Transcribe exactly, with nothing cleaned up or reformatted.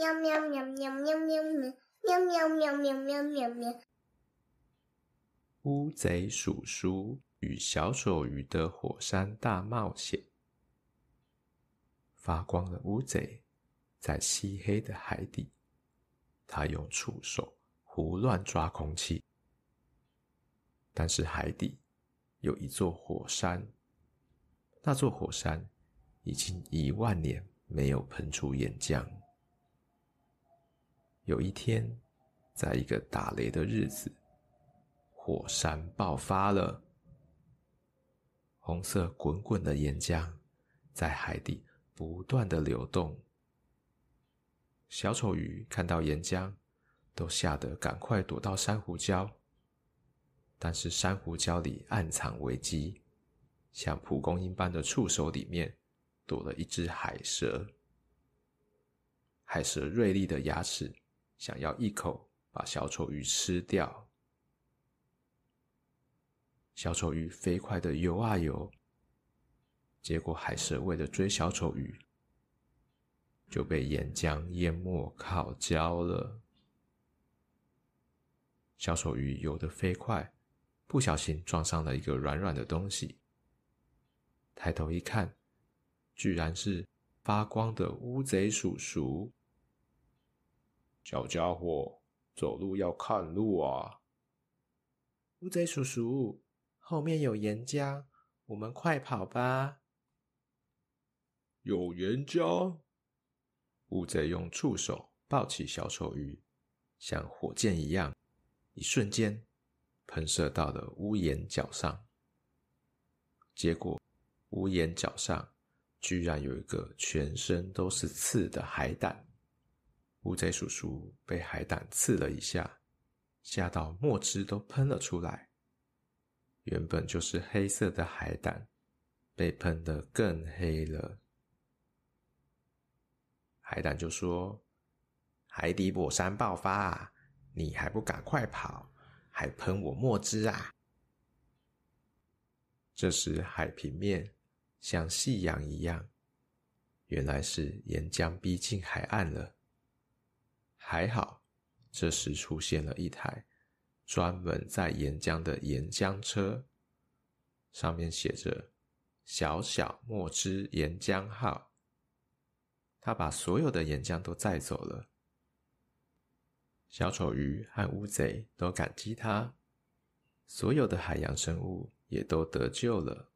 喵喵喵喵喵喵喵喵喵喵喵喵喵喵。 乌贼叔叔与小丑鱼的火山大冒险。发光的乌贼在漆黑的海底，他用触手胡乱抓空气，但是海底有一座火山，那座火山已经一万年没有喷出岩浆。有一天，在一个打雷的日子，火山爆发了，红色滚滚的岩浆在海底不断的流动。小丑鱼看到岩浆，都吓得赶快躲到珊瑚礁，但是珊瑚礁里暗藏危机，像蒲公英般的触手里面躲了一只海蛇。海蛇锐利的牙齿想要一口把小丑鱼吃掉。小丑鱼飞快地游啊游，结果海蛇为了追小丑鱼，就被岩浆淹没烤焦了。小丑鱼游得飞快，不小心撞上了一个软软的东西，抬头一看，居然是发光的乌贼叔叔。小家伙，走路要看路啊！乌贼叔叔，后面有岩浆，我们快跑吧！有岩浆？乌贼用触手抱起小丑鱼，像火箭一样，一瞬间喷射到了屋檐角上。结果屋檐角上居然有一个全身都是刺的海胆。乌贼叔叔被海胆刺了一下，吓到墨汁都喷了出来。原本就是黑色的海胆，被喷得更黑了。海胆就说：海底火山爆发啊，你还不赶快跑，还喷我墨汁啊！这时海平面像夕阳一样，原来是岩浆逼近海岸了。还好，这时出现了一台专门载岩浆的岩浆车，上面写着小小墨汁岩浆号。他把所有的岩浆都载走了。小丑鱼和乌贼都感激他，所有的海洋生物也都得救了。